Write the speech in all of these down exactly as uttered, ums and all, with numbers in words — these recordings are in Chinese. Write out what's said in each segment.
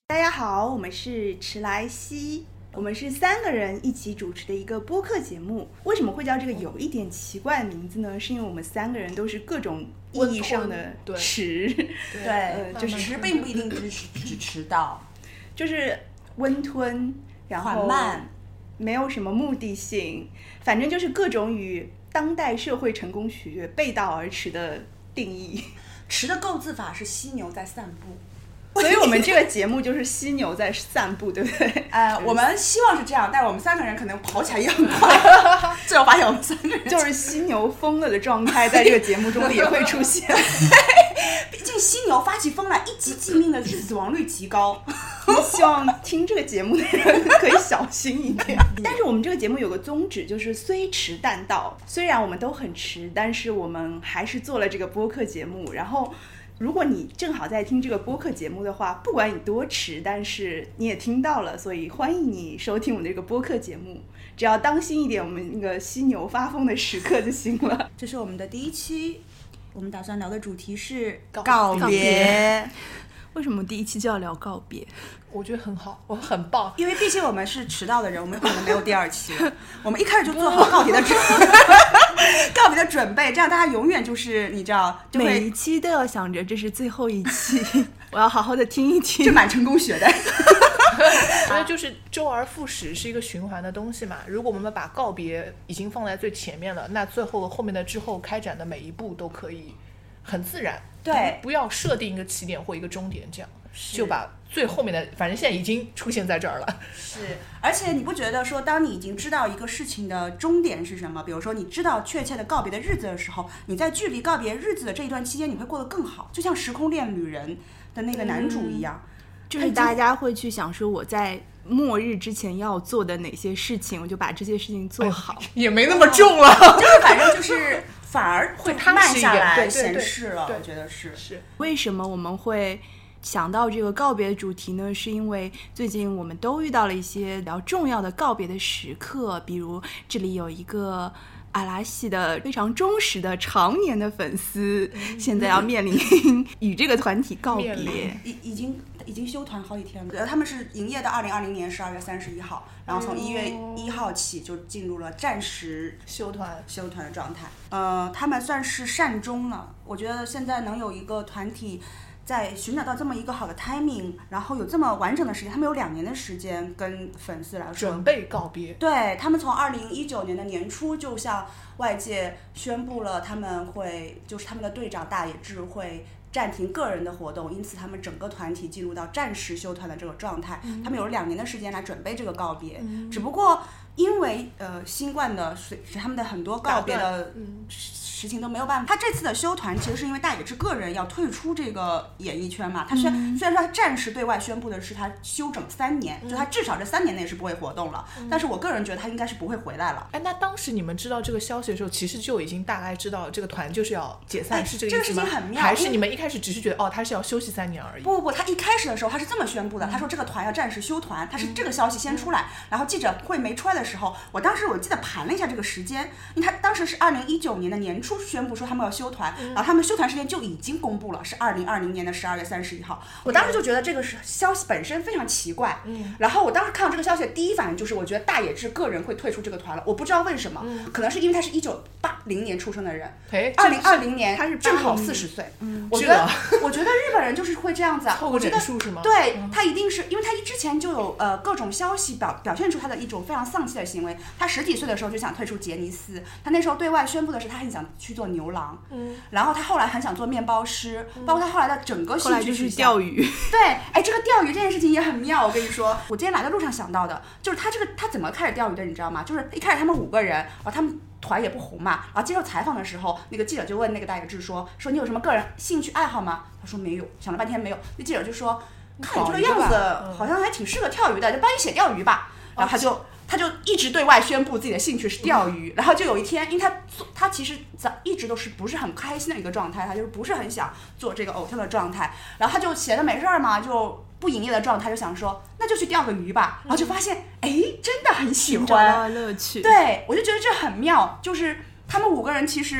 大家好，我们是迟来熙，我们是三个人一起主持的一个播客节目。为什么会叫这个有一点奇怪的名字呢？是因为我们三个人都是各种意义上的迟， 对，对呃、就是迟并不一定只只迟到， 就是温吞，然后缓慢， 没有什么目的性，反正就是各种与当代社会成功学背道而驰的定义。 迟的构字法是犀牛在散步。 所以我们这个节目就是犀牛在散步，对不对？ 呃，我们希望是这样，但是我们三个人可能跑起来也很快。最后发现我们三个人就是犀牛疯了的状态，在这个节目中也会出现。 毕竟犀牛发起疯来，一击即命的死亡率极高。 希望听这个节目的人可以小心一点。但是我们这个节目有个宗旨，就是虽迟但到。虽然我们都很迟，但是我们还是做了这个播客节目，然后。如果你正好在听这个播客节目的话，不管你多迟，但是你也听到了，所以欢迎你收听我们这个播客节目。只要当心一点，我们那个犀牛发疯的时刻就行了。 这是我们的第一期，我们打算聊的主题是告别。为什么第一期就要聊告别？ 我觉得很好，我很棒， 因为毕竟我们是迟到的人，我们可能没有第二期了。我们一开始就做好告别的准备，告别的准备，这样大家永远就是你知道，就会每一期都要想着这是最后一期，我要好好的听一听。 这蛮成功学的。 觉得就是周而复始是一个循环的东西嘛。如果我们把告别已经放在最前面了，那最后后面的之后开展的每一步都可以很自然。 对， 不要设定一个起点或一个终点，这样就把最后面的，反正现在已经出现在这儿了。 是，而且你不觉得说，当你已经知道一个事情的终点是什么，比如说你知道确切的告别的日子的时候，你在距离告别日子的这一段期间，你会过得更好，就像时空恋旅人的那个男主一样， 嗯、就是大家会去想说我在末日之前要做的哪些事情，我就把这些事情做好， 哎、也没那么重了， 就是反正就是反而会慢下来， 闲适了。我觉得是是。 为什么我们会想到这个告别的主题呢？是因为最近我们都遇到了一些比较重要的告别的时刻，比如这里有一个阿拉西的非常忠实的常年的粉丝，嗯、现在要面临与这个团体告别， 已已经已经休团好几天了。他们是营业到二零二零年十二月三十一号，然后从一月一号起就进入了暂时休团休团的状态。呃，他们算是善终了。我觉得现在能有一个团体在寻找到这么一个好的 timing， 然后有这么完整的时间，他们有两年的时间跟粉丝来说准备告别。 对，他们从二零一九年的年初就向外界宣布了他们会，就是他们的队长大野智会暂停个人的活动，因此他们整个团体进入到暂时休团的这个状态。嗯、他们有了两年的时间来准备这个告别，嗯、只不过因为呃新冠的使他们的很多告别的事情都没有办法。他这次的休团其实是因为大野智个人要退出这个演艺圈嘛。他虽然、嗯、虽然说他暂时对外宣布的是他休整三年，嗯、就他至少这三年内是不会活动了。嗯、但是我个人觉得他应该是不会回来了。 哎，那当时你们知道这个消息的时候，其实就已经大概知道这个团就是要解散，是这个意思吗？ 这个事情很妙， 还是你们一开始只是觉得哦他是要休息三年而已？ 不不不，他一开始的时候他是这么宣布的，嗯、他说这个团要暂时休团，他是这个消息先出来，嗯、然后记者会没出来的时候，我当时我记得盘了一下这个时间，因为他当时是二零一九年的年初宣布说他们要休团，嗯、然后他们休团时间就已经公布了，是二零二零年的十二月三十一号。我当时就觉得这个消息本身非常奇怪，嗯、然后我当时看到这个消息的第一反应就是，我觉得大野智个人会退出这个团了。我不知道为什么，嗯、可能是因为他是一九八零年出生的人，二零二零年他是正好四十岁。嗯，我觉得我觉得日本人就是会这样子啊， 凑个整数是吗？ 对，嗯、他一定是因为他之前就有呃各种消息表表现出他的一种非常丧气的行为。他十几岁的时候就想退出杰尼斯，他那时候对外宣布的是他很想去做牛郎，嗯，然后他后来很想做面包师，嗯、包括他后来的整个兴趣就是钓鱼。 对，哎，这个钓鱼这件事情也很妙，我跟你说，我今天来的路上想到的，就是他这个他怎么开始钓鱼的，你知道吗？就是一开始他们五个人，然后他们团也不红嘛，然后接受采访的时候，那个记者就问那个大野智说，说你有什么个人兴趣爱好吗？他说没有，想了半天没有。那记者就说，看你这个样子，好像还挺适合钓鱼的，就帮你写钓鱼吧。然后他就。他就一直对外宣布自己的兴趣是钓鱼，嗯、然后就有一天，因为他他其实一直都是不是很开心的一个状态，他就是不是很想做这个偶像的状态，然后他就闲着没事儿嘛，就不营业的状态，就想说那就去钓个鱼吧，然后就发现哎、嗯，真的很喜欢， 找到乐趣。 对，我就觉得这很妙，就是他们五个人其实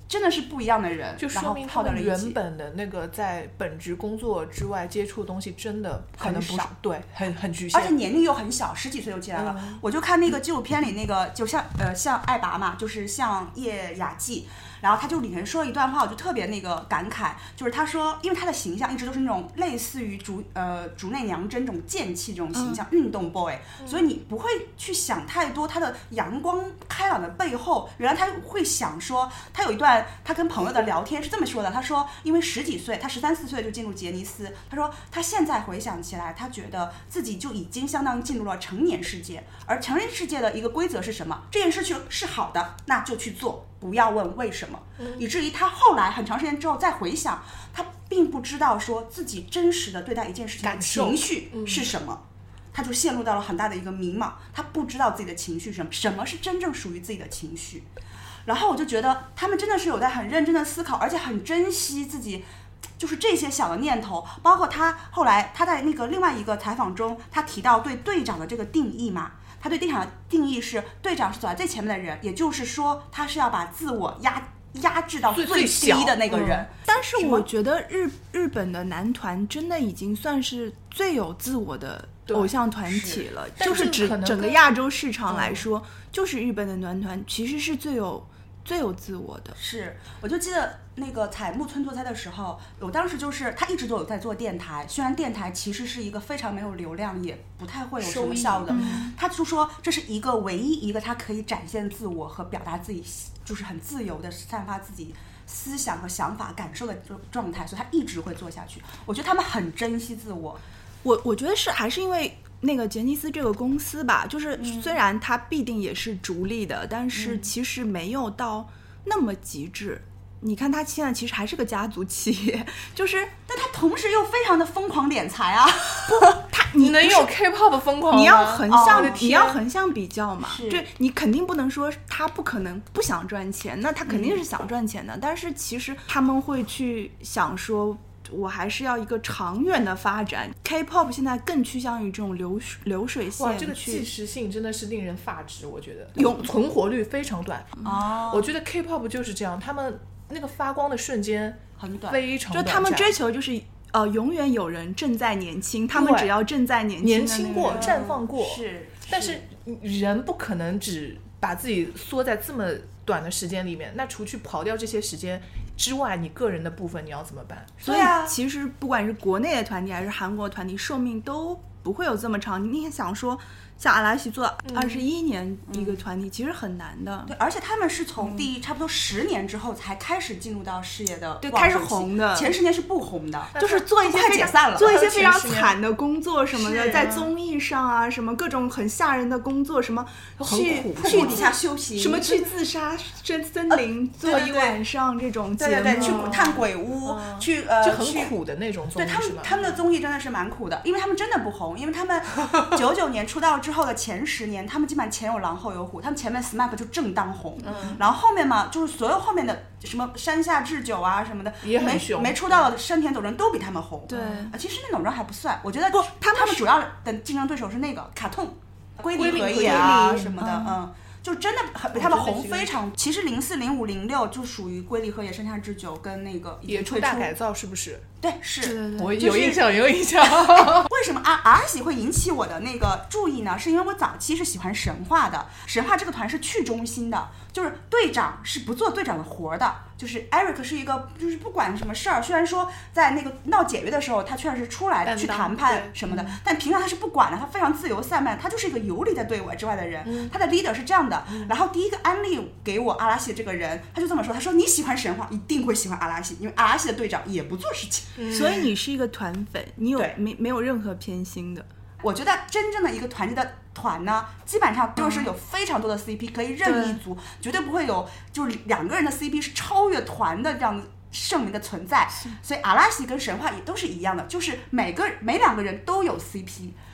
真的是不一样的人， 就说明他们原本的那个在本职工作之外接触的东西真的可能不少，对，很很局限， 而且年龄又很小，十几岁就进来了。嗯、我就看那个纪录片里那个，就像呃像艾拔嘛，就是像叶雅纪。然后他就里面说了一段话，我就特别那个感慨，就是他说，因为他的形象一直都是那种类似于竹呃竹内娘真这种贱气这种形象，嗯、运动 boy，嗯、所以你不会去想太多他的阳光开朗的背后。原来他会想说，他有一段他跟朋友的聊天是这么说的，他说，因为十几岁，他十三四岁就进入杰尼斯，他说他现在回想起来，他觉得自己就已经相当于进入了成年世界，而成人世界的一个规则是什么？这件事情是好的，那就去做。不要问为什么，以至于他后来很长时间之后再回想，他并不知道说自己真实的对待一件事情的情绪是什么，他就陷入到了很大的一个迷茫，他不知道自己的情绪是什么，什么是真正属于自己的情绪。然后我就觉得他们真的是有在很认真的思考，而且很珍惜自己就是这些小的念头。包括他后来他在那个另外一个采访中，他提到对队长的这个定义嘛，他对队长的定义是，队长是走在最前面的人，也就是说他是要把自我压压制到最低的那个人。 嗯、但是我觉得日日本的男团真的已经算是最有自我的偶像团体了，是就是指整个亚洲市场来说，嗯、就是日本的男团其实是最有最有自我的。 是，我就记得那个彩木村拓哉的时候，我当时就是他一直都有在做电台，虽然电台其实是一个非常没有流量，也不太会有什么效的，嗯、他就说这是一个唯一一个他可以展现自我和表达自己，就是很自由的散发自己思想和想法感受的状态，所以他一直会做下去。我觉得他们很珍惜自我。 我我觉得是还是因为那个杰尼斯这个公司吧，就是虽然它必定也是逐利的，嗯、但是其实没有到那么极致。你看他现在其实还是个家族企业，就是但他同时又非常的疯狂敛财啊。 不，他你能有 K-pop 疯狂吗？ 你要横向、 哦、 你要横向比较嘛。对，你肯定不能说他不可能不想赚钱，那他肯定是想赚钱的，嗯、但是其实他们会去想说，我还是要一个长远的发展。K-pop 现在更趋向于这种流流水线。 哇，这个即时性真的是令人发指，我觉得永存活率非常短。 哦， 我觉得 K-pop 就是这样，他们那个发光的瞬间很短， 非常短， 就他们追求就是呃，永远有人正在年轻，他们只要正在年轻年轻过、绽放过。 是， 但是人不可能只把自己缩在这么短的时间里面，那除去刨掉这些时间之外，你个人的部分你要怎么办？ 所以其实不管是国内的团体还是韩国团体，寿命都不会有这么长。你想说像阿拉西做二十一年一个团体，嗯、其实很难的。 对，而且他们是从第一、嗯、差不多十年之后才开始进入到事业的对开始红的， 前十年是不红的， 就是做一些快解散了， 做一些非常惨的工作什么的，在综艺上啊，什么各种很吓人的工作，什么去去底下修行， 什么去自杀森森林、呃、做一晚上这种节目， 对对对，去探鬼屋，嗯、去呃就很苦的那种综艺。 对他们他们的综艺真的是蛮苦的，因为他们真的不红，因为他们九九年出道之后的前十年，他们基本上前有狼后有虎，他们前面 S M A P 就正当红，嗯、然后后面嘛，就是所有后面的什么山下智久啊什么的， 也很凶， 没没出道的山田斗真都比他们红。 对， 啊，其实那种人还不算，我觉得不， 他们他们主要的竞争对手是那个卡通、龟梨和也啊什么的，嗯。嗯就真的比他们红非常，其实零四零五零六就属于龟梨和也、山下智久跟那个野猪大改造，是不是？ 对，是， 对对对我有印象，有印象。 为什么啊 R 喜会引起我的那个注意呢？是因为我早期是喜欢神话的，神话这个团是去中心的，就是队长是不做队长的活的，就是 Eric 是一个就是不管什么事儿，虽然说在那个闹解约的时候他确实是出来去谈判什么的，但平常他是不管的，他非常自由散漫，他就是一个游离在队伍之外的人。嗯、他的 leader 是这样的。嗯、然后第一个安利给我阿拉西的这个人，他就这么说，他说你喜欢神话一定会喜欢阿拉西，因为阿拉西的队长也不做事情。 嗯、所以你是一个团粉，你有没没有任何偏心的？ 我觉得真正的一个团体的团呢，基本上就是有非常多的 C P 可以任意组，绝对不会有就是两个人的 C P 是超越团的这样盛名的存在。所以阿拉西跟神话也都是一样的，就是每个每两个人都有 C P。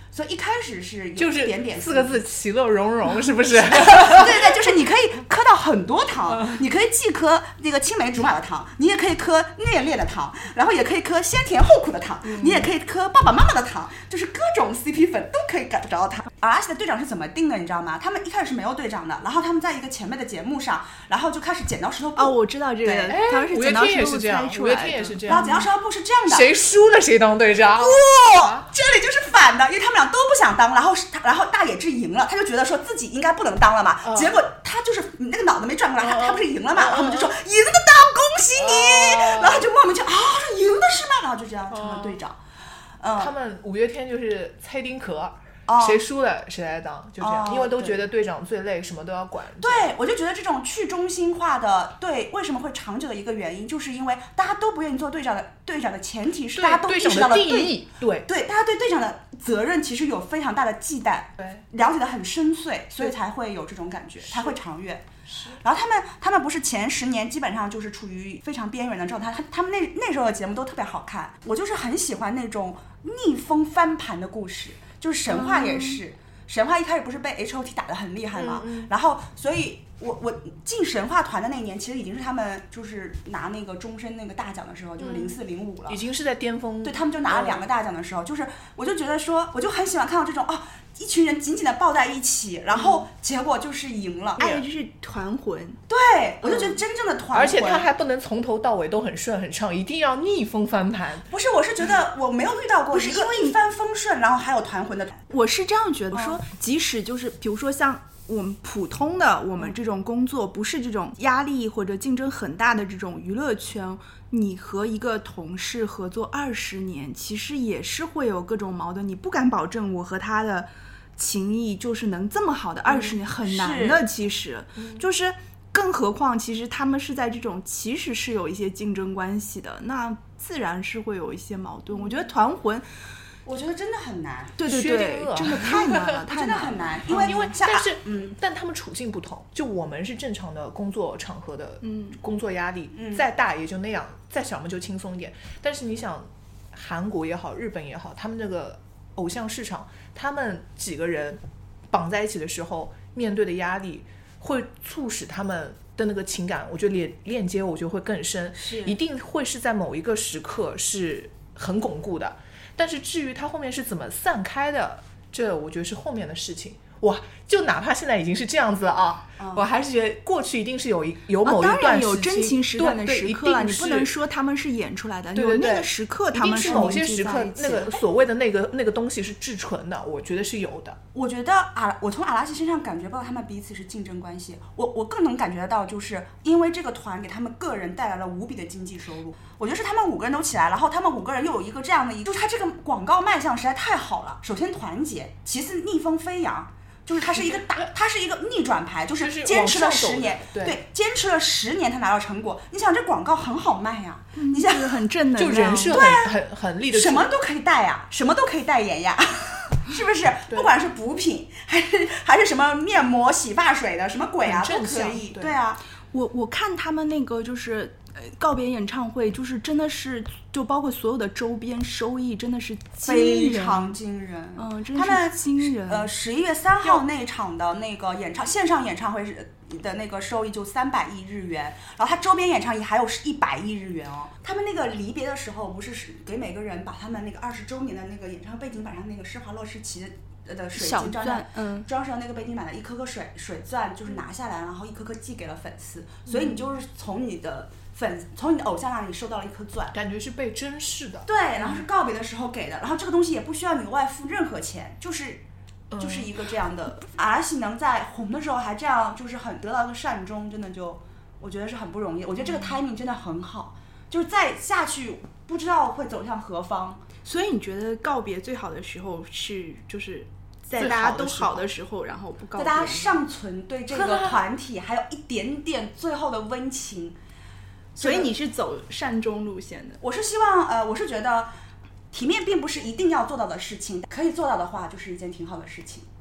所以一开始是有就是一点点四个字其乐融融，是不是？ 对对对，就是你可以磕到很多糖，你可以既磕那个青梅竹马的糖，你也可以磕恋恋的糖，然后也可以磕先甜后苦的糖， 嗯、 你也可以磕爸爸妈妈的糖，就是各种 C P 粉都可以找到它。而阿西的队长是怎么定的，你知道吗？他们一开始是没有队长的，然后他们在一个前辈的节目上，然后就开始剪刀石头布。 哦，我知道这个，他们是剪刀石头布猜出来的。 五月天也是这样， 然后剪刀石头布是这样的， 谁输了谁当队长。 哇，这里就是反的，因为他们俩都不想当，然后然后大野智赢了，他就觉得说自己应该不能当了嘛，嗯、结果他就是那个脑子没转过来，他他不是赢了嘛，然后他们就说赢得到，恭喜你，然后他就莫名其妙啊，这赢的是吗？然后就这样成了队长。嗯， 他们五月天就是猜丁壳。 哦、 谁输了谁来当，就这样、哦，因为都觉得队长最累，什么都要管。 对，我就觉得这种去中心化的队为什么会长久的一个原因，就是因为大家都不愿意做队长的，队长的前提是大家都意识到了对对对，大家对队长的责任其实有非常大的忌惮， 对， 了解的很深邃，所以才会有这种感觉，才会长远。然后他们他们不是前十年基本上就是处于非常边缘的状态，他他们那那时候的节目都特别好看，我就是很喜欢那种逆风翻盘的故事。就是神话也是、嗯，神话一开始不是被 H O T 打得很厉害吗？嗯嗯、然后所以我我进神话团的那一年，其实已经是他们就是拿那个终身那个大奖的时候，就是零四零五了， 已经是在巅峰。 对，他们就拿了两个大奖的时候，嗯、就是我就觉得说，我就很喜欢看到这种啊。一群人紧紧的抱在一起，然后结果就是赢了。 哎、嗯，就是团魂。 对，我就觉得真正的团魂。 而且他还不能从头到尾都很顺很畅，一定要逆风翻盘。 不是，我是觉得我没有遇到过，不是因为一帆风顺，然后还有团魂的。 我是这样觉得，说即使就是比如说像我们普通的我们这种工作，不是这种压力或者竞争很大的这种娱乐圈。你和一个同事合作二十年，其实也是会有各种矛盾。你不敢保证我和他的情谊就是能这么好的二十年，嗯、很难的。其实、嗯、就是，更何况其实他们是在这种其实是有一些竞争关系的，那自然是会有一些矛盾。我觉得团魂。 我觉得真的很难， 对对对，真的太难了，太难了， 真的很难，因为因为但是嗯， 但他们处境不同，就我们是正常的工作场合的， 嗯， 工作压力、 嗯、 再大也就那样，再小嘛就轻松一点。但是你想，韩国也好，日本也好，他们这个偶像市场，他们几个人绑在一起的时候，面对的压力会促使他们的那个情感，我觉得链链接，我觉得会更深，一定会是在某一个时刻是很巩固的。但是至于它后面是怎么散开的，这我觉得是后面的事情。哇，就哪怕现在已经是这样子了啊、嗯，我还是觉得过去一定是有一有某一段时期、 啊、当然有真情实感的时刻了，你不能说他们是演出来的， 对对对， 有那个时刻他们是某些时刻那个所谓的那个那个东西是至纯的，我觉得是有的。 我觉得啊，我从阿拉西身上感觉不到他们彼此是竞争关系，我我更能感觉得到，就是因为这个团给他们个人带来了无比的经济收入。我觉得是他们五个人都起来，然后他们五个人又有一个这样的一个，就是他这个广告卖相实在太好了。首先团结，其次逆风飞扬。就是它是一个大，它是一个逆转牌，就是坚持了十年， 对， 对，坚持了十年，他拿到成果。你想这广告很好卖呀，嗯、你想很正能量，就人设很、 啊、 很很立得住， 什么都可以代呀，什么都可以代言呀，是不是？不管是补品还是还是什么面膜、洗发水的，什么鬼啊都可以， 对, 对啊。 我我看他们那个就是告别演唱会，就是真的是就包括所有的周边收益真的是非常惊人， 嗯，真的是惊人。 呃，十一月三号那场的那个演唱线上演唱会是的那个收益就三百亿日元，然后他周边演唱会还有一百亿日元哦。他们那个离别的时候，不是给每个人把他们那个二十周年的那个演唱会背景板上那个施华洛世奇的水晶装上， 嗯， 装上那个背景板的一颗颗水水钻，就是拿下来，然后一颗颗寄给了粉丝，所以你就是从你的粉，从你的偶像那里收到了一颗钻， 感觉是被珍视的。 对，然后是告别的时候给的，然后这个东西也不需要你额外付任何钱，就是就是一个这样的。阿拉西能在红的时候还这样，就是很得到一个善终，真的就我觉得是很不容易。我觉得这个 timing 真的很好，就是再下去不知道会走向何方。 所以你觉得告别最好的时候是就是在大家都好的时候，然后不告别， 在大家尚存对这个团体还有一点点最后的温情。 所以你是走善终路线的？ 我是希望，呃，我是觉得体面并不是一定要做到的事情，可以做到的话就是一件挺好的事情。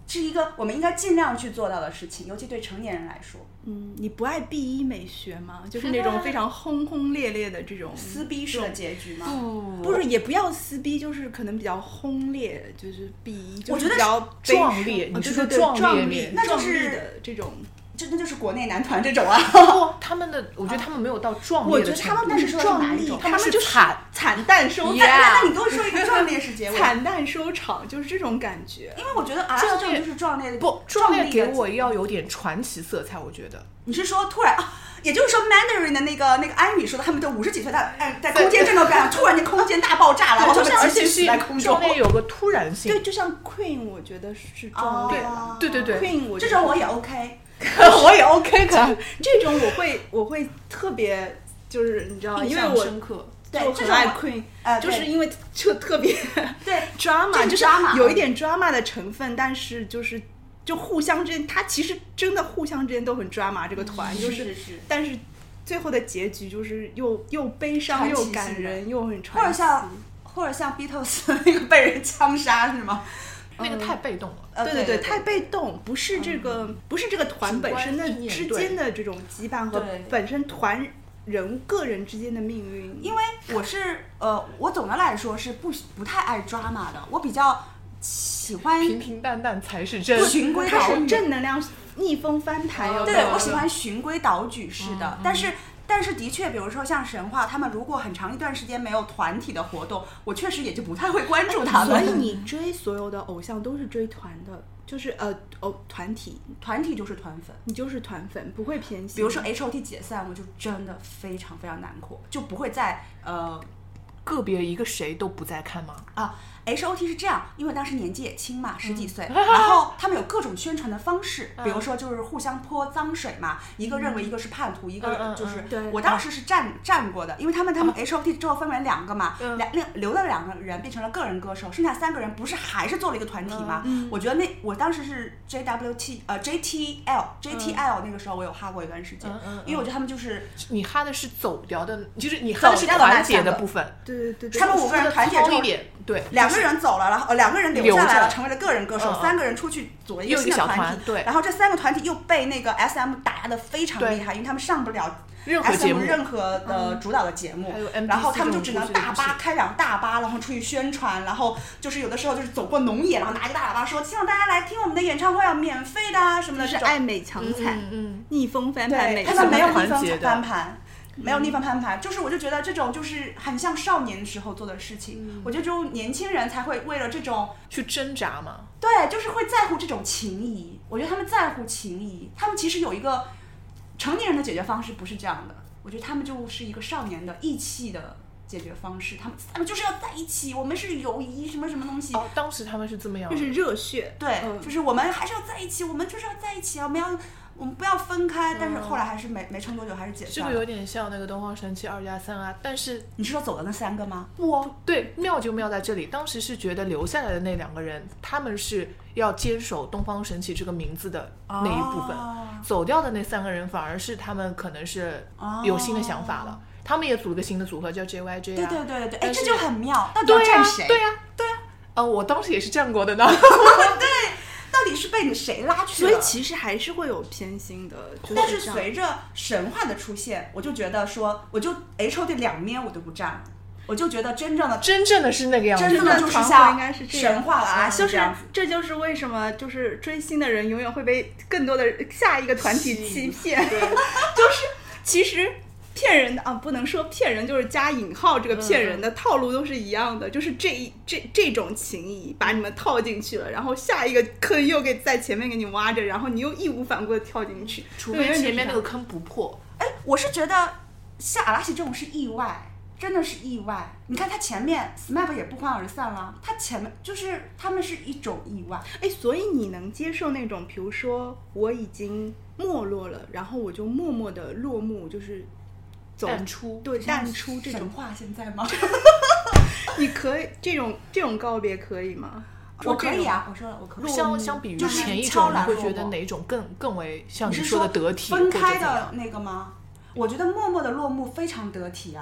是一个我们应该尽量去做到的事情，尤其对成年人来说。 嗯，你不爱 B 一美学吗？就是那种非常轰轰烈烈的这种撕逼式的结局吗？ 不，不是，也不要撕逼，就是可能比较轰烈，就是 B 一， 我觉得比较壮烈，你是说壮烈， 那就是的这种。 这那就是国内男团这种啊， 不，他们的我觉得他们没有到壮烈的程度， 我觉得他们不是壮丽， 他们就是惨惨淡收场。 那那你跟我说一个壮烈是结尾， 惨淡收场就是这种感觉。 因为我觉得啊，这种就是壮烈的， 不壮烈给我要有点传奇色彩，我觉得。 你是说突然啊？也就是说 ，Mandarin 的那个那个艾米说的，他们都五十几岁，在哎在空间站到边上，突然间空间大爆炸了，然后他们而且死在空中， 壮烈有个突然性。 对，就像 Queen， 我觉得是壮烈的。 对对对 ，Queen 我这种我也 OK。 我也 OK 的， 这种我会我会特别就是你知道，因为我深刻， 就很爱 Queen， 呃， 就是因为就特别对 drama， 就是有一点 drama 的成分，但是就是就互相之间，他其实真的互相之间都很 drama， 这个团就是，但是最后的结局就是又又悲伤又感人又很传奇， 或者像或者像 Beatles 那个被人枪杀是吗？ 那个太被动了， 呃、 对对对，太被动，不是这个、嗯、不是这个团本身的之间的这种羁绊和本身团人个人之间的命运。 因为我是呃，我总的来说是不不太爱 drama 的，我比较喜欢平平淡淡才是真， 循规蹈矩， 正能量逆风翻盘。 哦、对，我喜欢循规蹈矩式的， 嗯、 但是。但是的确，比如说像神话，他们如果很长一段时间没有团体的活动，我确实也就不太会关注他们。 所以你追所有的偶像都是追团的，就是呃哦团体， 团体就是团粉， 你就是团粉，不会偏心。 比如说 H O T 解散，我就真的非常非常难过，就不会再呃个别一个谁都不再看吗？ 啊。H O T 是这样，因为当时年纪也轻嘛，十几岁，嗯、然后他们有各种宣传的方式，嗯、比如说就是互相泼脏水嘛，嗯、一个认为一个是叛徒，嗯、一个就是， 嗯、 我当时是站站过的，因为他们他们 H O T 之后分为两个嘛，嗯、两另留的两个人变成了个人歌手，剩下三个人不是还是做了一个团体吗？ 嗯、 我觉得那我当时是 J W T 呃 J T L J T L 那个时候我有哈过一段时间， 嗯、 因为我觉得他们就是你哈的是走掉的，就是你哈的是团结的部分， 对对对对， 他们五个人团结之后， 对， 两个人走了，然后。两个人留下来了，成为了个人歌手， 嗯、 三个人出去组了一个新的团体， 对， 然后这三个团体又被那个 S M 打压的非常厉害，因为他们上不了任何节目， 任何的主导的节目， 嗯、 然后他们就只能大巴开两大巴，然后出去宣传，然后就是有的时候就是走过农野，然后拿一个大喇叭说，希望大家来听我们的演唱会啊，免费的啊什么的， 是爱美强惨， 嗯嗯， 逆风翻盘， 他们没有逆风翻盘。没有逆风翻盘，就是我就觉得这种就是很像少年时候做的事情，嗯、我觉得只有年轻人才会为了这种去挣扎嘛。 对，就是会在乎这种情谊。我觉得他们在乎情谊，他们其实有一个成年人的解决方式不是这样的。我觉得他们就是一个少年的义气的解决方式，他们他们就是要在一起，我们是友谊什么什么东西。 哦，当时他们是这么样， 就是热血。 对， 嗯、 就是我们还是要在一起，我们就是要在一起啊，我们要。我们不要分开，但是后来还是没、嗯、没撑多久还是解散了。 这个有点像那个东方神起二加三啊，但是你是说走的那三个吗？ 不，对，妙就妙在这里。当时是觉得留下来的那两个人，他们是要坚守东方神起这个名字的那一部分，哦、走掉的那三个人反而是他们可能是有新的想法了，哦、他们也组了个新的组合叫 J Y J 啊。 对对对对，哎，这就很妙，到底要站谁？ 对呀、啊， 对呀、啊， 呃，我当时也是站过的呢。 对。到底是被你谁拉去了？ 所以其实还是会有偏心的。就是、 但是随着神话的出现，我就觉得说，我就 H O T 两面我都不站，我就觉得真正的真正的是那个样子， 真正的就是像应该是神话啊， 就是这就是为什么就是追星的人永远会被更多的下一个团体欺骗，就是其实。骗人的啊，不能说骗人，就是加引号，这个骗人的套路都是一样的，嗯、就是这一这这种情谊把你们套进去了，然后下一个坑又给在前面给你挖着，然后你又义无反顾的跳进去， 除非前面那个坑不破。 哎，我是觉得像阿拉西这种是意外，真的是意外。你看他前面 S M A P 也不欢而散了，他前面就是他们是一种意外。 哎，所以你能接受那种，比如说我已经没落了，然后我就默默的落幕，就是。 淡出， 对，淡出这种神话现在吗？ 你可以这种这种告别可以吗？ 我可以啊，我说了，我可以。 相相比于前一种，你会觉得哪种更更为像你说的得体？ 分开的那个吗？我觉得默默的落幕非常得体啊。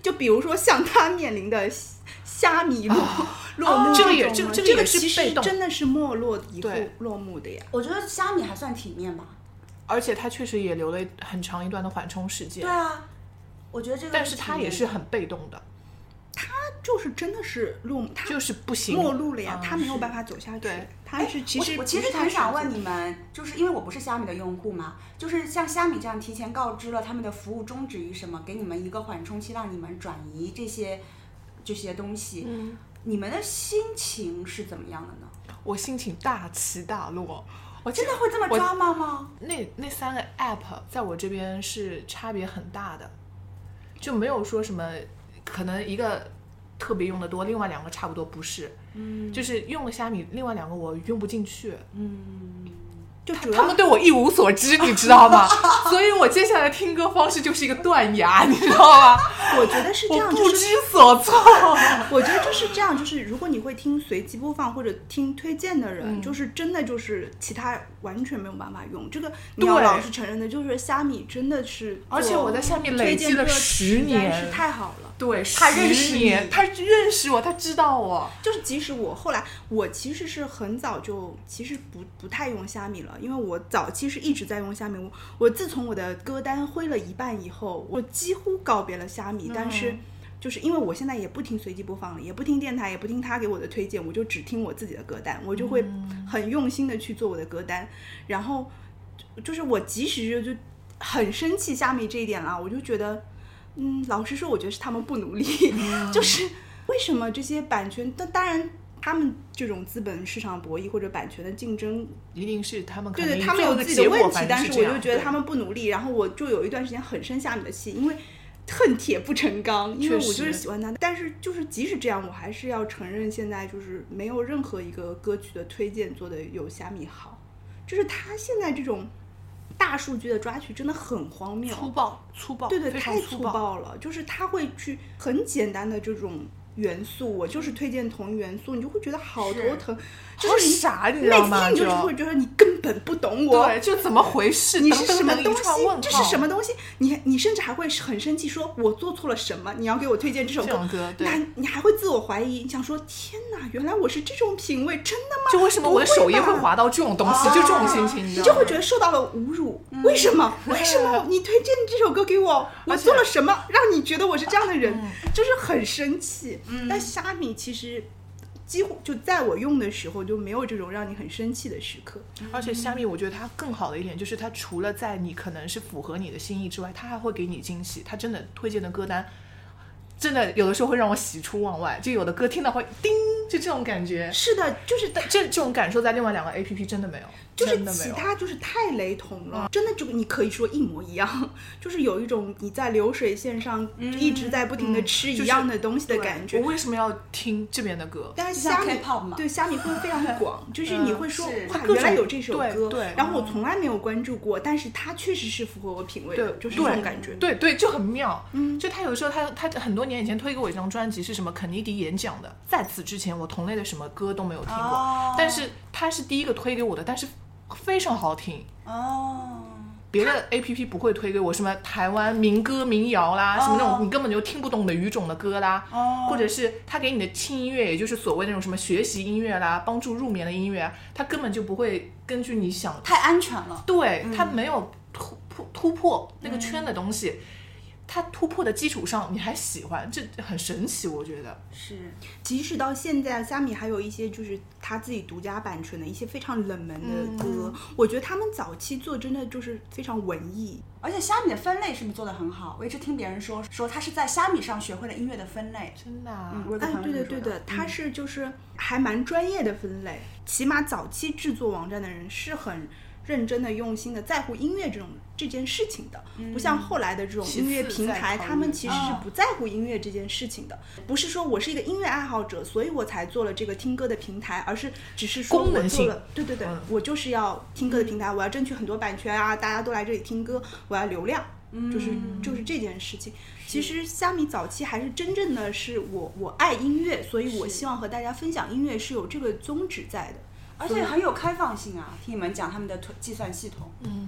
就比如说像他面临的虾米落、哦、落幕、 哦，这个也这个这个也是被动， 其实真的是没落以后落幕的呀。 我觉得虾米还算体面吧， 而且他确实也留了很长一段的缓冲时间。 对啊，我觉得这个， 但是他也是很被动的。 他就是真的是落幕，他就是不行， 没落了呀， 嗯、 他没有办法走下去。 对， 他是其实我我其实很想问你们，就是因为我不是虾米的用户嘛，就是像虾米这样提前告知了他们的服务终止于什么，给你们一个缓冲期，让你们转移这些这些东西， 嗯， 你们的心情是怎么样的呢？ 我心情大起大落。 我真的会这么抓马吗？ 那那三个 app 在我这边是差别很大的，就没有说什么可能一个特别用的多，另外两个差不多，不是， 嗯， 就是用了虾米，另外两个我用不进去， 嗯， 就主要他们对我一无所知，你知道吗？所以我接下来听歌方式就是一个断崖，你知道吗？ 我觉得是这样， 我不知所措。 我觉得就是这样，就是如果你会听随机播放或者听推荐的人， 嗯、 就是真的就是其他完全没有办法用。这个你要老实承认的，就是虾米真的是， 而且我在下面累积了十年， 是太好了。 对， 他认识你， 他认识我，他知道我。 就是即使我后来，我其实是很早就其实不不太用虾米了，因为我早期是一直在用虾米。我我自从我的歌单挥了一半以后，我几乎告别了虾米，嗯、但是。就是因为我现在也不听随机播放了，也不听电台，也不听他给我的推荐，我就只听我自己的歌单，我就会很用心的去做我的歌单。然后就是我即使就很生气虾米这一点了，我就觉得，嗯，老实说，我觉得是他们不努力，就是为什么这些版权？但当然，他们这种资本市场博弈或者版权的竞争， 一定是他们可能对对，他们有自己的问题，但是我就觉得他们不努力。然后我就有一段时间很生虾米的气，因为。恨铁不成钢，因为我就是喜欢他，但是就是即使这样，我还是要承认，现在就是没有任何一个歌曲的推荐做的有虾米好，就是他现在这种大数据的抓取真的很荒谬， 粗暴，粗暴， 对对，太粗暴了，就是他会去很简单的这种元素，我就是推荐同一元素，你就会觉得好头疼，就是你傻，你知道吗？ 每次你就是会觉得你根本不懂我， 对，就怎么回事？ 你是什么东西？这是什么东西？你你甚至还会很生气，说我做错了什么？你要给我推荐这首歌， 歌对， 那你还会自我怀疑，你想说天哪，原来我是这种品味，真的吗？ 就为什么我的首页会滑到这种东西？就这种心情， 你就会觉得受到了侮辱。嗯、为什么？为什么你推荐这首歌给我？我做了什么让你觉得我是这样的人？嗯、就是很生气。嗯、但虾米其实。几乎就在我用的时候就没有这种让你很生气的时刻。 而且虾米我觉得它更好的一点就是它除了在你可能是符合你的心意之外，它还会给你惊喜。它真的推荐的歌单真的有的时候会让我喜出望外，就有的歌听到会叮，就这种感觉。 是的，就是这这种感受在另外两个 A P P 真的没有， 就是其他就是太雷同了，嗯、真的就你可以说一模一样，就是有一种你在流水线上一直在不停的吃一样的东西的感觉。 嗯嗯就是、我为什么要听这边的歌？ 但是虾米对虾米会非常广，就是你会说、嗯、哇，原来有这首歌， 对， 然后我从来没有关注过，但是它确实是符合我品味的，就是这种感觉。 对 对, 对，就很妙。嗯，就他有时候他他很多年以前推给我一张专辑是什么肯尼迪演讲的，在此之前我同类的什么歌都没有听过，哦、但是他是第一个推给我的，但是非常好听哦。 别的 A P P 不会推给我什么台湾民歌民谣啦，哦、什么那种你根本就听不懂的语种的歌啦， 哦、 或者是他给你的轻音乐，也就是所谓那种什么学习音乐啦，帮助入眠的音乐，他根本就不会根据你想， 太安全了。 对， 嗯、 他没有突突突破那个圈的东西。嗯，它突破的基础上你还喜欢，这很神奇，我觉得是。即使到现在虾米还有一些就是他自己独家版权的一些非常冷门的歌，嗯、我觉得他们早期做真的就是非常文艺。 而且虾米的分类是不是做得很好？我一直听别人说说他是在虾米上学会了音乐的分类。 真的啊？ 嗯，哎，对的对的，他是就是还蛮专业的分类，嗯、起码早期制作网站的人是很认真的用心的在乎音乐这种这件事情的， 嗯、 不像后来的这种音乐平台，他们其实是不在乎音乐这件事情的。哦、不是说我是一个音乐爱好者，所以我才做了这个听歌的平台，而是只是说我做了，对对对，嗯、我就是要听歌的平台，我要争取很多版权啊，大家都来这里听歌，我要流量， 嗯、 就是就是这件事情。其实虾米早期还是真正的是我我爱音乐，所以我希望和大家分享音乐是有这个宗旨在的。 而且很有开放性啊！听你们讲他们的计算系统， 嗯，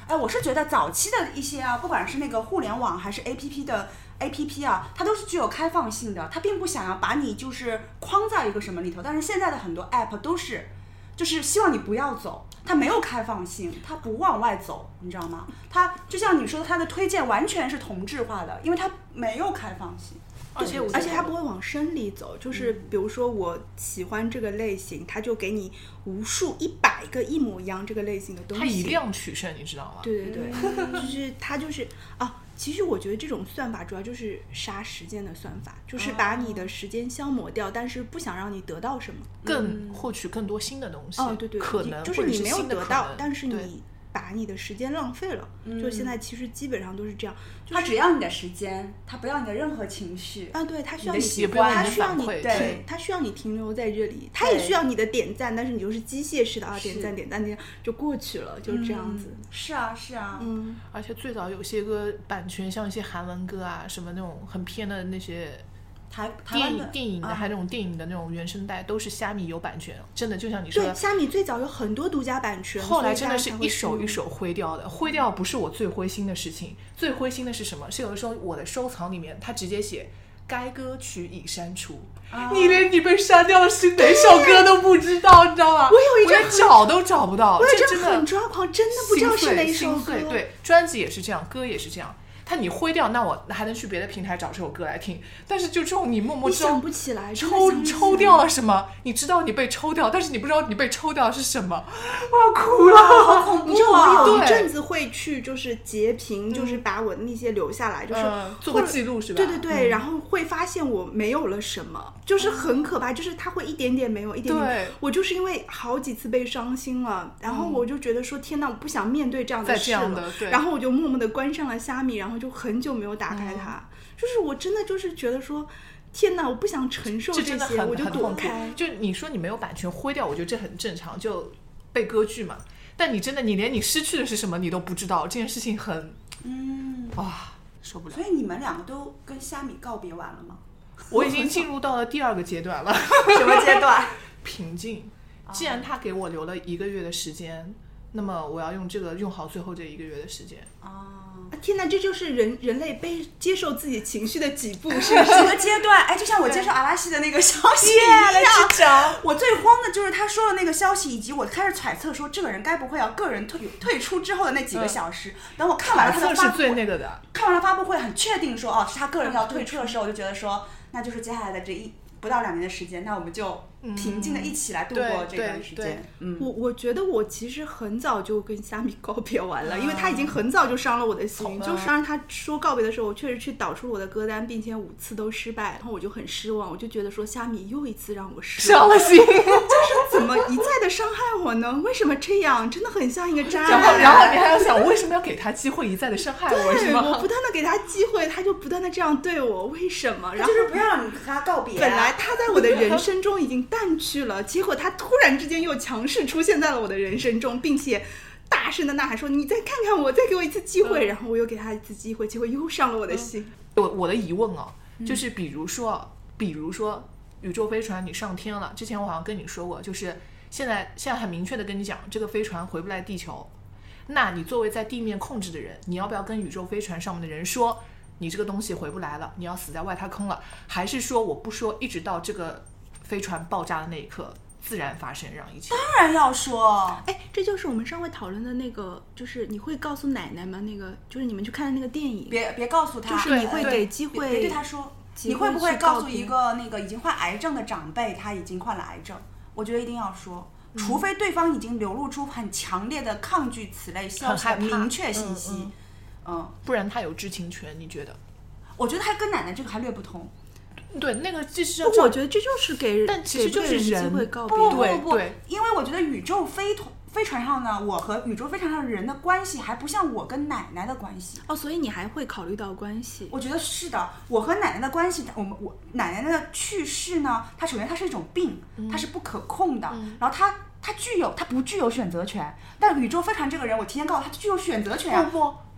哎，我是觉得早期的一些啊，不管是那个互联网还是 A P P 的 A P P 啊，它都是具有开放性的，它并不想要把你就是框在一个什么里头。但是现在的很多 App 都是，就是希望你不要走，它没有开放性，它不往外走，你知道吗？它就像你说的，它的推荐完全是同质化的，因为它没有开放性。 而且而且它不会往深里走，就是比如说我喜欢这个类型，它就给你无数一百个一模一样这个类型的东西， 它以量取胜，你知道吗？ 对对对，就是它就是啊。其实我觉得这种算法主要就是杀时间的算法，就是把你的时间消磨掉，但是不想让你得到什么， 更获取更多新的东西。 哦，对对， 可能就是你没有得到，但是对你把你的时间浪费了。就现在其实基本上都是这样，就是他只要你的时间，他不要你的任何情绪啊，对，他需要你你喜欢， 他需要你对， 他需要你停留在这里，他也需要你的点赞，但是你就是机械式的啊，点赞点赞点赞就过去了，就这样子。 嗯、是啊是啊， 嗯， 而且最早有些歌版权，像一些韩文歌啊，什么那种很偏的那些。 台电影电影的、 啊、 还有那种电影的那种原声带都是虾米有版权，真的就像你说的， 对，虾米最早有很多独家版权， 后来真的是一首一首灰掉的。灰掉不是我最灰心的事情，最灰心的是什么？是有的时候我的收藏里面它直接写该歌曲已删除，啊、你连你被删掉的是哪首歌都不知道，你知道吗？ 我有一阵连找都找不到， 我有一阵很抓狂，真的不知道是哪首歌。 对，专辑也是这样，歌也是这样。它你灰掉，那我还能去别的平台找这首歌来听。但是就这种你默默知道，想不起来， 抽抽掉了什么？你知道你被抽掉，但是你不知道你被抽掉的是什么。我要哭了， 好恐怖啊！ 你知道我有一阵子会去就是截屏，就是把我那些留下来，就是、 嗯、做个记录是吧？ 对对对、 嗯， 然后会发现我没有了什么，就是很可怕，就是它会一点点没有，一点点。 对， 我就是因为好几次被伤心了，然后我就觉得说、嗯、天哪，我不想面对这样的事了， 的对， 然后我就默默的关上了虾米，然后就很久没有打开它、嗯、就是我真的就是觉得说天哪，我不想承受这些， 这我就躲开。 就你说你没有版权灰掉，我觉得这很正常，就被割据嘛。但你真的你连你失去的是什么你都不知道，这件事情很嗯哇受不了。 所以你们两个都跟虾米告别完了吗？ 我已经进入到了第二个阶段了。 什么阶段？ 平静。既然他给我留了一个月的时间，那么我要用这个用好最后这一个月的时间。 啊天哪，这就是人人类被接受自己情绪的几步，是不是？ 几个阶段？哎，就像我接受阿拉西的那个消息一样。我最慌的就是他说了那个消息，以及我开始揣测说这个人该不会要个人退退出之后的那几个小时。嗯、等我看完了他的发布会， 是最那个的。 看完了发布会，很确定说哦是他个人要退出的时候，我就觉得说那就是接下来的这一不到两年的时间，那我们就平静的一起来度过这段时间。 嗯，我我觉得我其实很早就跟虾米告别完了，嗯、因为他已经很早就伤了我的心。嗯、就是当他说告别的时候，我确实去导出了我的歌单，并且五次都失败，然后我就很失望，我就觉得说虾米又一次让我失望伤了心， 就是怎么一再的伤害我呢？为什么这样？真的很像一个渣男。 然后，然后你还要想，我为什么要给他机会一再的伤害我？是吗？ 我不断的给他机会，他就不断的这样对我，为什么？然后就是不要让你和他告别、啊。 本来他在我的人生中已经淡去了，结果他突然之间又强势出现在了我的人生中，并且大声的呐喊说：“你再看看我，再给我一次机会。”嗯、然后我又给他一次机会，结果又伤了我的心。 我、嗯、我的疑问啊，就是比如说，比如说宇宙飞船你上天了，之前我好像跟你说过，就是现在现在很明确的跟你讲，这个飞船回不来地球，那你作为在地面控制的人，你要不要跟宇宙飞船上面的人说？你这个东西回不来了，你要死在外太空了，还是说我不说，一直到这个飞船爆炸的那一刻自然发生，让一切？ 当然要说。 哎，这就是我们上回讨论的那个，就是你会告诉奶奶吗？那个就是你们去看的那个电影， 别别告诉他， 就是你会给机会， 别对他说，你会不会告诉一个那个已经患癌症的长辈，他已经患了癌症？我觉得一定要说。除非对方已经流露出很强烈的抗拒此类消息的明确信息，嗯， 嗯，不然他有知情权，你觉得？ 我觉得他跟奶奶这个还略不同。 对，那个其实我觉得这就是给， 但其实就是人机会告别。 不不不，因为我觉得宇宙飞飞船上呢，我和宇宙飞船上的人的关系还不像我跟奶奶的关系。 哦，所以你还会考虑到关系？ 我觉得是的，我和奶奶的关系，我们我奶奶的去世呢，它首先它是一种病，它是不可控的，嗯、然后它。他具有，他不具有选择权，但宇宙飞船这个人，我提前告诉他，他具有选择权啊！ 不不，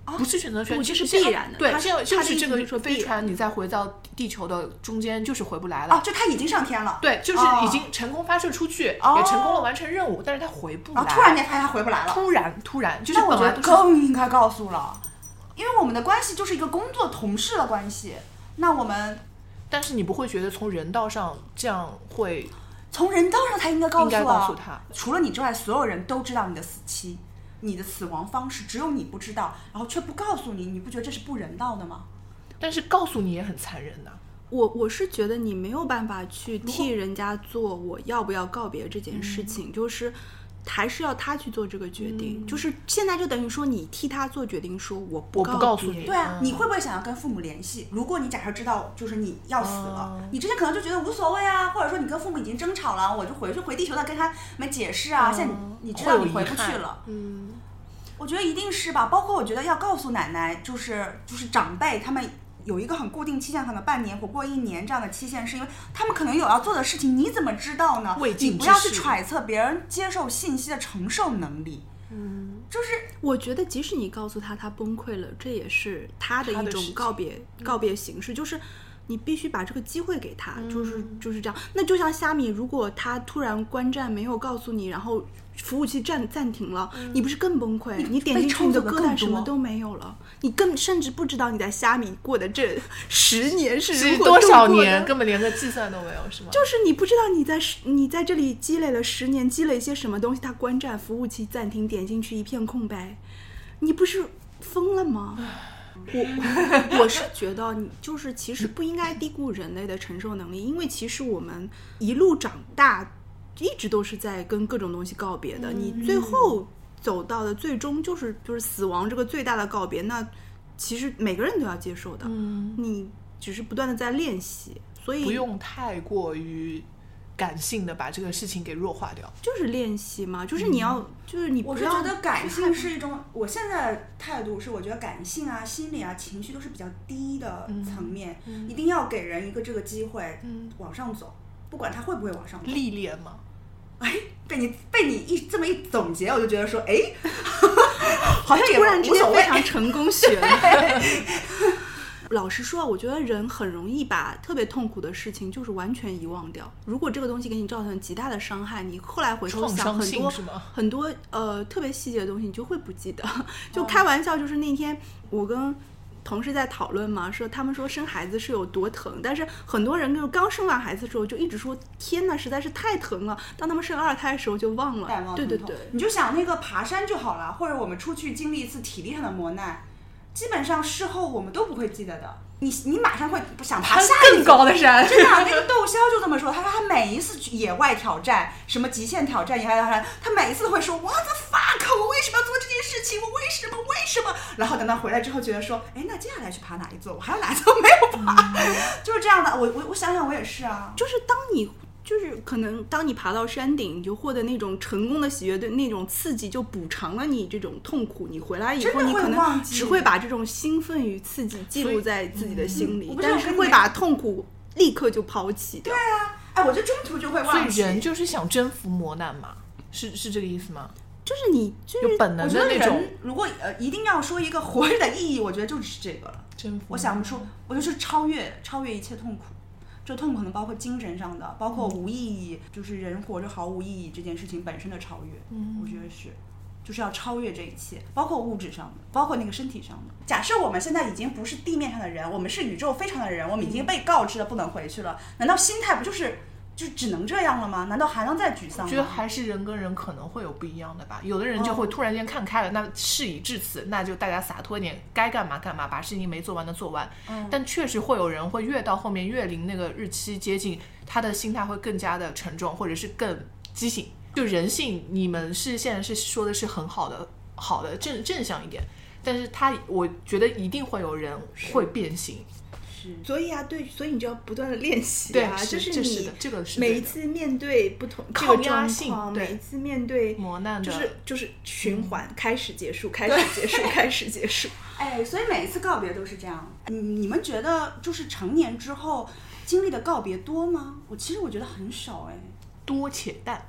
不是选择权， 不这是其实必然的对， 他这样就是这个他的意思就是说必然飞船，你再回到地球的中间就是回不来了。 哦，就他已经上天了， 对，就是哦已经成功发射出去， 哦也成功了完成任务，但是他回不来。 然后突然间发现他回不来了， 突然突然就是那我觉得本来都是更应该告诉了，因为我们的关系就是一个工作同事的关系，那我们但是你不会觉得从人道上这样会从人道上才应该告诉啊， 应该告诉他， 除了你之外，所有人都知道你的死期，你的死亡方式，只有你不知道，然后却不告诉你，你不觉得这是不人道的吗？ 但是告诉你也很残忍的。 我我是觉得你没有办法去替人家做我要不要告别这件事情，嗯、就是还是要他去做这个决定。嗯、就是现在就等于说你替他做决定，说我不我不告诉你。 对啊， 嗯、 你会不会想要跟父母联系？如果你假设知道就是你要死了， 嗯、 你之前可能就觉得无所谓啊，或者说你跟父母已经争吵了，我就回去回地球再跟他们解释啊。嗯、现在你知道你回不去了， 嗯， 我觉得一定是吧。包括我觉得要告诉奶奶，就是就是长辈他们。有一个很固定期限，可能半年或过一年这样的期限，是因为他们可能有要做的事情，你怎么知道呢？你不要去揣测别人接受信息的承受能力。嗯，就是我觉得即使你告诉他他崩溃了，这也是他的一种告别告别形式，就是你必须把这个机会给他，嗯、就是就是这样。那就像虾米，如果他突然关站没有告诉你，然后服务器暂暂停了，嗯、你不是更崩溃？你, 你点进去你的歌单什么都没有了，你更甚至不知道你在虾米过的这十年是如何多少年，根本连个计算都没有，是吗？ 就是你不知道你在你在这里积累了十年，积累一些什么东西，它关站，服务器暂停，点进去一片空白，你不是疯了吗？我我是觉得你就是其实不应该低估人类的承受能力，因为其实我们一路长大一直都是在跟各种东西告别的，嗯、你最后走到的最终就是就是死亡这个最大的告别，那其实每个人都要接受的，嗯、你只是不断的在练习，所以不用太过于感性的把这个事情给弱化掉， 就是练习嘛，就是你要、嗯、就是你不要。 我是觉得感性是一种，我现在的态度是，我觉得感性啊、心理啊、情绪都是比较低的层面，嗯嗯、一定要给人一个这个机会，嗯、往上走，不管他会不会往上走。 历练嘛。 哎，被你被你一这么一总结，我就觉得说，哎，好像也突然之间无所谓非常成功学了。老实说，我觉得人很容易把特别痛苦的事情就是完全遗忘掉。如果这个东西给你造成极大的伤害，你后来回头想很多很多呃特别细节的东西，你就会不记得。就开玩笑，就是那天我跟同事在讨论嘛，说他们说生孩子是有多疼，但是很多人就刚生完孩子的时候就一直说天哪，实在是太疼了。当他们生二胎的时候就忘了。 忘对对对， 你就想那个爬山就好了，或者我们出去经历一次体力上的磨难。基本上事后我们都不会记得的，你你马上会不想爬下更高的山。 真的，那个窦骁就这么说，他说他每一次野外挑战，什么极限挑战、野外挑战，他每一次都会说 What the fuck， 我为什么要做这件事情？我为什么？为什么？然后等到回来之后，觉得说，哎，那接下来去爬哪一座？我还有哪一座没有爬？嗯、就是这样的。我我我想想，我也是啊， 就是当你。就是可能当你爬到山顶，你就获得那种成功的喜悦，对那种刺激就补偿了你这种痛苦。你回来以后，你可能只会把这种兴奋与刺激记录在自己的心里， 嗯、 但是会把痛苦立刻就抛弃掉。 对啊，哎，我就中途就会忘记。 所以人就是想征服磨难嘛，是是这个意思吗？ 就是你就是有本能的那种。 如果呃一定要说一个活着的意义，我觉得就是这个了。 征服。 我想不出，我就是超越超越一切痛苦。这痛苦可能包括精神上的，包括无意义，嗯、就是人活着毫无意义这件事情本身的超越，嗯、我觉得是，就是要超越这一切，包括物质上的，包括那个身体上的。假设我们现在已经不是地面上的人，我们是宇宙飞船的人，我们已经被告知了不能回去了，难道心态不就是就只能这样了吗？难道还能再沮丧吗？ 我觉得还是人跟人可能会有不一样的吧。有的人就会突然间看开了，哦、那事已至此，那就大家洒脱一点，该干嘛干嘛，把事情没做完的做完。嗯、但确实会有人会越到后面越临那个日期接近，他的心态会更加的沉重，或者是更畸形。就人性，你们是现在是说的是很好的、好的正正向一点，但是他我觉得一定会有人会变形。 所以啊，对，所以你就要不断的练习啊， 对， 就是你每一次面对不同这个状况，每一次面对磨难的， 就是就是循环，嗯、开始结束，开始结束，开始结束。 哎，所以每一次告别都是这样。你们觉得就是成年之后经历的告别多吗？我其实我觉得很少哎， 多且淡。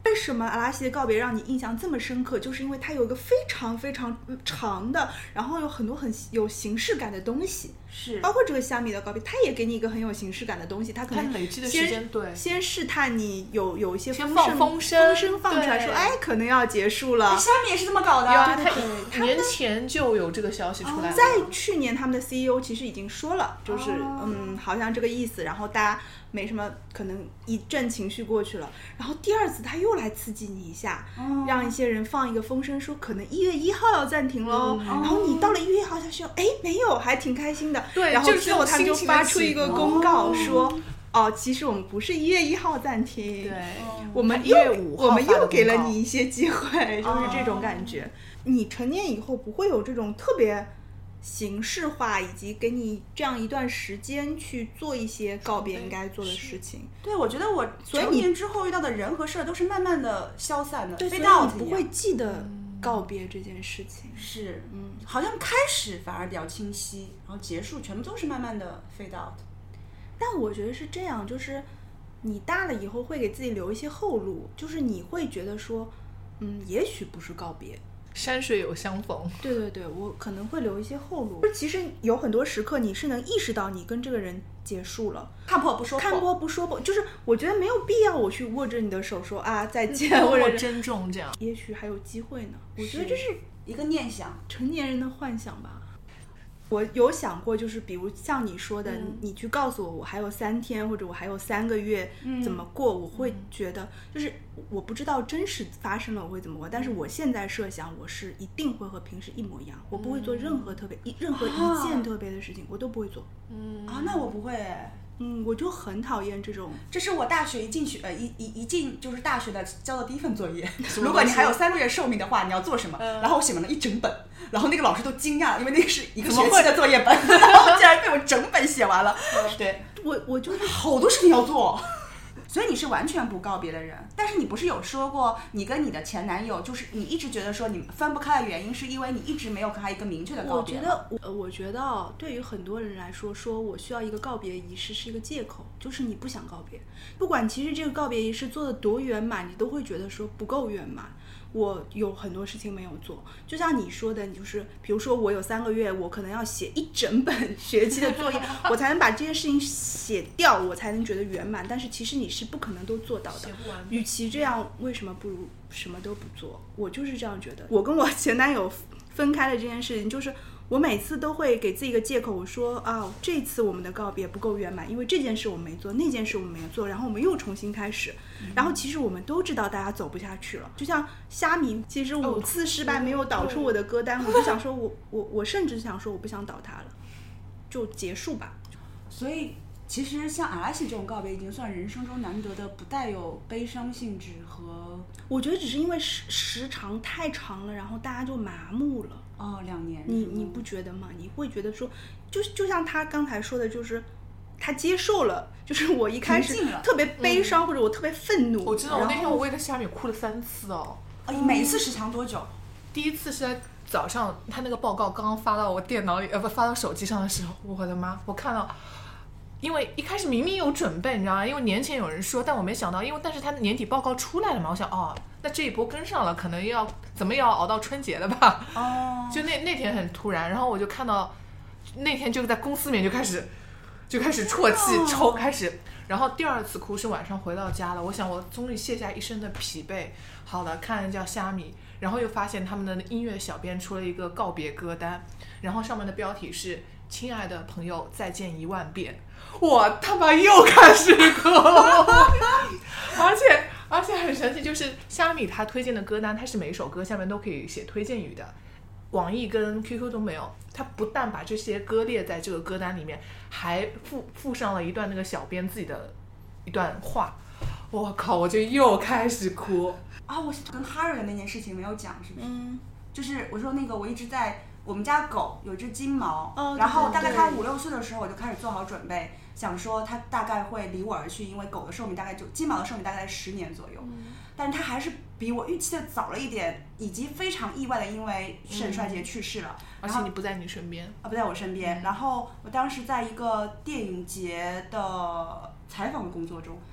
为什么阿拉西的告别让你印象这么深刻？就是因为它有一个非常非常长的，然后有很多很有形式感的东西， 是包括这个虾米的告别，它也给你一个很有形式感的东西，它可能它累积的时间，对， 先试探你有有一些先风声放风声风声放出来说，哎，可能要结束了。 虾米也是这么搞的， 有啊， 对对它年前就有这个消息出来了。 在去年他们的 C E O 其实已经说了，就是、 哦、 嗯，好像这个意思，然后大家没什么，可能一阵情绪过去了，然后第二次他又来刺激你一下， 哦、 让一些人放一个风声说可能一月一号要暂停喽、嗯，然后你到了一月一号才说，哎，没有，还挺开心的。 对， 然后最后他们就发出一个公告说。 哦哦，其实我们不是一月一号暂停， 对， 我们又我们又给了你一些机会，就是这种感觉。哦、你成年以后不会有这种特别形式化，以及给你这样一段时间去做一些告别应该做的事情。 对，我觉得我成年之后遇到的人和事都是慢慢的消散的， 对，所以你不会记得告别这件事情。 嗯、是，嗯，好像开始反而比较清晰，然后结束全部都是慢慢的 fade out。 但我觉得是这样，就是你大了以后会给自己留一些后路，就是你会觉得说，嗯，也许不是告别， 山水有相逢。 对对对，我可能会留一些后路。其实有很多时刻你是能意识到你跟这个人结束了， 看破不说破， 看破不说破，就是我觉得没有必要我去握着你的手说啊再见，或者珍重这样， 也许还有机会呢。我觉得这是一个念想， 成年人的幻想吧。我有想过，就是比如像你说的、嗯、你去告诉我我还有三天或者我还有三个月怎么过、嗯、我会觉得就是我不知道真实发生了我会怎么过，但是我现在设想我是一定会和平时一模一样，我不会做任何特别、嗯、任何一件特别的事情、啊、我都不会做。 嗯啊，那我不会。 嗯，我就很讨厌这种。 这是我大学一进去呃一一一进就是大学的交的第一份作业。如果你还有三个月寿命的话，你要做什么？嗯、然后我写完了一整本，然后那个老师都惊讶了，因为那个是一个学期的作业本，然后竟然被我整本写完了。嗯、对， 我我就是好多事情要做。所以你是完全不告别的人，但是你不是有说过你跟你的前男友就是你一直觉得说你分不开的原因是因为你一直没有跟他一个明确的告别？ 我觉得我我觉得对于很多人来说，说我需要一个告别仪式是一个借口，就是你不想告别，不管其实这个告别仪式做的多圆满，你都会觉得说不够圆满。我有很多事情没有做，就像你说的，你就是比如说我有三个月，我可能要写一整本学期的作业，我才能把这件事情写掉，我才能觉得圆满。但是其实你是不可能都做到的。与其这样，为什么不如什么都不做？我就是这样觉得。我跟我前男友分开的这件事情，就是我每次都会给自己一个借口，我说啊，这次我们的告别不够圆满，因为这件事我们没做，那件事我们没有做，然后我们又重新开始。然后其实我们都知道大家走不下去了，就像虾米，其实五次失败没有导出我的歌单，我就想说我我我甚至想说我不想导它了，就结束吧。 所以其实像阿拉西这种告别已经算人生中难得的不带有悲伤性质和， 我觉得只是因为时时长太长了，然后大家就麻木了。 哦，两年， 你你不觉得吗？你会觉得说，就就像他刚才说的，就是他接受了，就是我一开始特别悲伤、嗯、或者我特别愤怒。 我知道，我那天我为了虾米哭了三次哦。 哦，每一次时长多久？ 第一次是在早上，他那个报告刚刚发到我电脑里，呃不发到手机上的时候，我的妈！我看到。因为一开始明明有准备，你知道吗？因为年前有人说，但我没想到，因为但是他年底报告出来了嘛，我想哦，那这一波跟上了，可能要怎么也要熬到春节了吧？哦，就那那天很突然，然后我就看到那天就在公司里面就开始就开始啜泣， 哦、 抽开始，然后第二次哭是晚上回到家了，我想我终于卸下一身的疲惫，好了，看了叫虾米，然后又发现他们的音乐小编出了一个告别歌单，然后上面的标题是亲爱的朋友再见一万遍。我他妈又开始哭而且而且很神奇，就是虾米他推荐的歌单，他是每一首歌下面都可以写推荐语的，网易跟 Q Q 都没有。他不但把这些歌列在这个歌单里面，还附附上了一段那个小编自己的一段话。我靠，我就又开始哭啊！我跟哈瑞的那件事情没有讲，是不是？ 嗯， 就是我说那个我一直在我们家狗有只金毛， 哦、 然后大概它五六岁的时候，我就开始做好准备，想说它大概会离我而去，因为狗的寿命大概就金毛的寿命大概在十年左右，嗯、但是它还是比我预期的早了一点，以及非常意外的因为肾衰竭去世了， 嗯、而且你不在你身边啊，不在我身边。 嗯、 然后我当时在一个电影节的采访的工作中。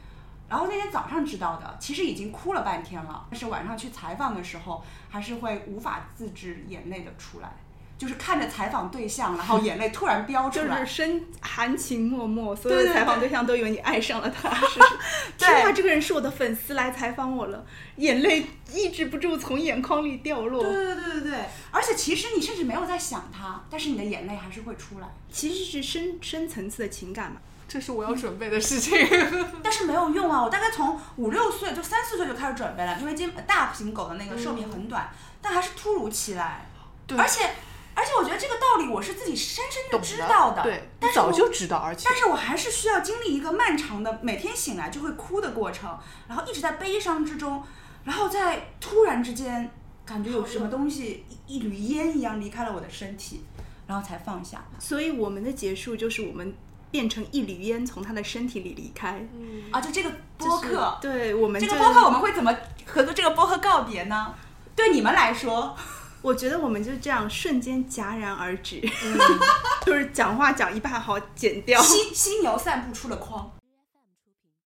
然后那天早上知道的，其实已经哭了半天了，但是晚上去采访的时候，还是会无法自制眼泪的出来，就是看着采访对象，然后眼泪突然飙出来， 就是深含情脉脉，所有对对对的采访对象都以为你爱上了他，是对天啊，这个人是我的粉丝来采访我了，眼泪抑制不住从眼眶里掉落。 对对对对对，而且其实你甚至没有在想他，但是你的眼泪还是会出来， 其实是深深层次的情感嘛。 这是我要准备的事情。 但是没有用啊！我大概从五六岁就三四岁就开始准备了，因为金大型狗的那个寿命很短，嗯、但还是突如其来。 对， 而且而且我觉得这个道理我是自己深深的知道的， 对， 但是早就知道，而且但是我还是需要经历一个漫长的每天醒来就会哭的过程，然后一直在悲伤之中，然后在突然之间感觉有什么东西一一缕烟一样离开了我的身体，然后才放下。 所以我们的结束就是我们变成一缕烟从他的身体里离开。 嗯啊，就这个播客， 就是、对我们这个播客我们会怎么和这个播客告别呢？对你们来说， 我觉得我们就这样瞬间戛然而止，嗯、就是讲话讲一半好剪掉， 犀犀牛散步出了框。